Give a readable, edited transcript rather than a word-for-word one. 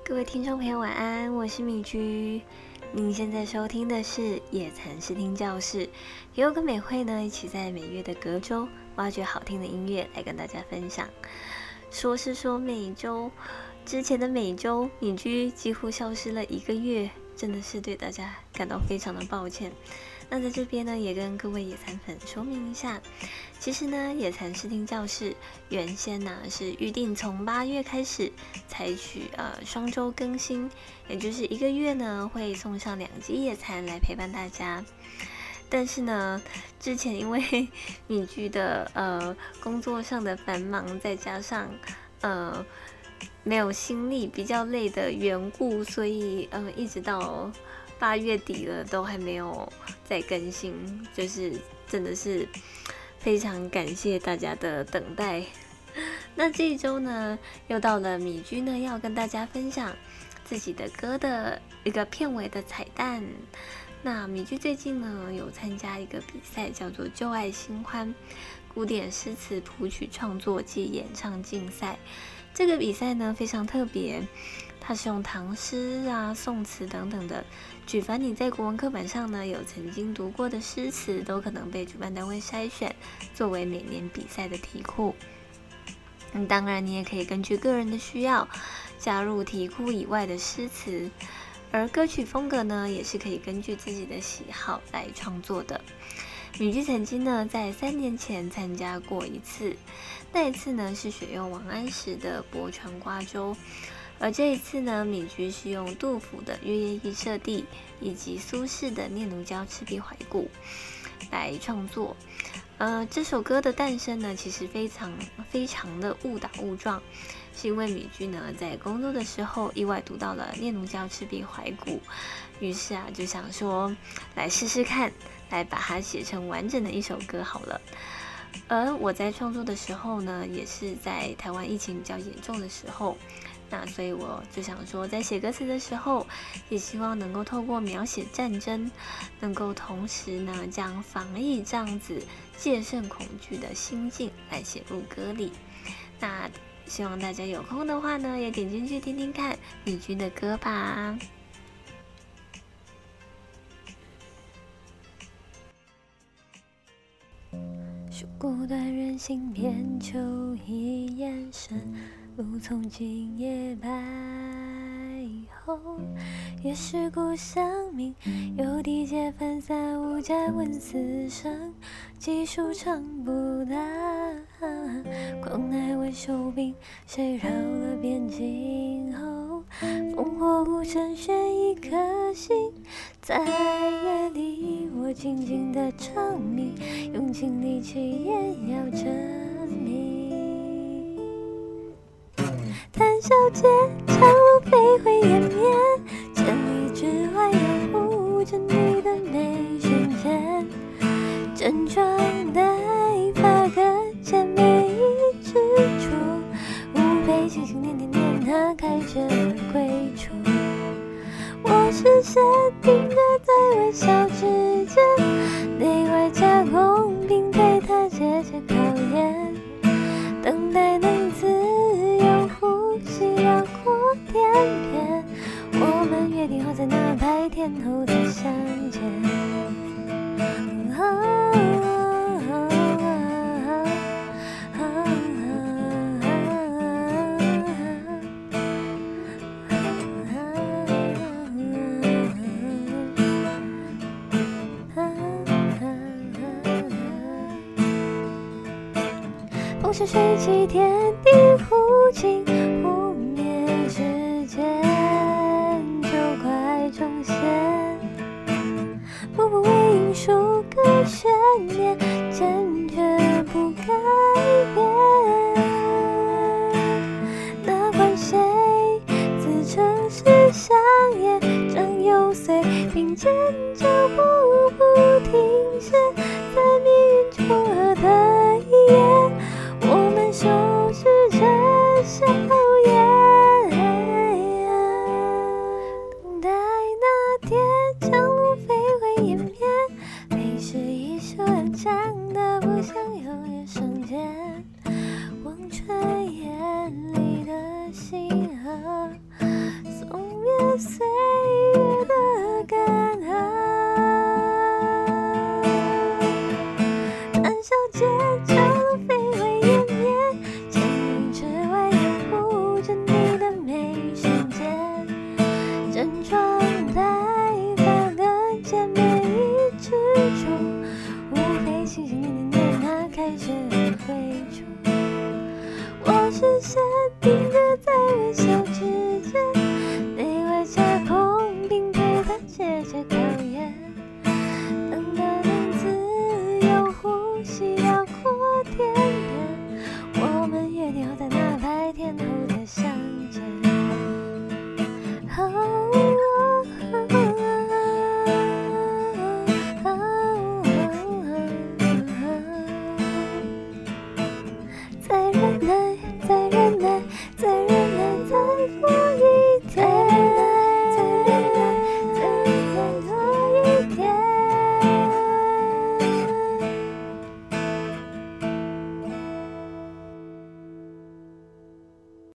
各位听众朋友晚安，我是米居。您现在收听的是野蚕视听教室，由我跟美惠呢一起在每月的隔周挖掘好听的音乐来跟大家分享。说是说每周，之前的每周米居几乎消失了1个月，真的是对大家感到非常的抱歉。那在这边呢，也跟各位野蚕粉说明一下，其实呢，野蚕视听教室原先呢是预定从8月开始采取双周更新，也就是1个月呢会送上2集野蚕来陪伴大家。但是呢，之前因为米居的工作上的繁忙，再加上没有心力，比较累的缘故，所以一直到8月底了都还没有再更新，就是真的是非常感谢大家的等待。那这一周呢，又到了米居呢要跟大家分享自己的歌的一个片尾的彩蛋。那米居最近呢有参加一个比赛，叫做旧爱新欢古典诗词谱曲创作暨演唱竞赛。这个比赛呢非常特别，它是用唐诗啊、宋词等等的，举凡你在国文课本上呢有曾经读过的诗词，都可能被主办单位筛选，作为每年比赛的题库。当然你也可以根据个人的需要，加入题库以外的诗词，而歌曲风格呢也是可以根据自己的喜好来创作的。米居曾经呢在3年前参加过一次，那一次呢是选用王安石的《泊船瓜洲》，而这一次呢，米居是用杜甫的《月夜忆舍弟》以及苏轼的《念奴娇·赤壁怀古》来创作。这首歌的诞生呢，其实非常的误打误撞，是因为米居呢在工作的时候意外读到了《念奴娇·赤壁怀古》，于是就想说来试试看，来把它写成完整的一首歌好了。而我在创作的时候呢，也是在台湾疫情比较严重的时候，那所以我就想说，在写歌词的时候，也希望能够透过描写战争，能够同时呢将防疫这样子戒慎恐惧的心境来写入歌里。那希望大家有空的话呢，也点进去听听看米居的歌吧。 树孤断人心扁，秋意延伸，路从今夜白后，也是故乡明，有地界分散，无家问死生，技术唱不大。狂爱为手柄，谁绕了边境后，烽火孤城悬一颗心，在夜里我静静的唱鸣，用尽力气也要证明。谈笑间，长路飞回延绵，千里之外有护着你的美瞬间，整装待发搁浅每一支柱，无非心心念念念它开着归处。我视线定格在微笑之间，内外夹攻并对它节节考验，等待能自由呼吸辽阔天边，我们约定好在那白天后再相见。风沙水起，天地互倾，忽灭之间，就快重现。步步为营，数个悬念，坚决不改变。哪管谁自称是香烟，正有随，并肩脚步不停歇，在命运重合的一夜，我们手持着硝烟，等待那天将路飞回延绵，飞逝一宿安详的不想有夜瞬间，望穿眼里的星河，所岁月的干涸。谈笑间，长路飞回延绵，千里之外拥护着你的每瞬间。整装待发，跟见面一之中，无非心心念念那开学的会处。我视线定格在微笑之间，内外架空并排的节节考验。等待能自由呼吸，辽阔天边，我们约定好在那白天后再相见。再忍耐，再忍耐，再忍耐。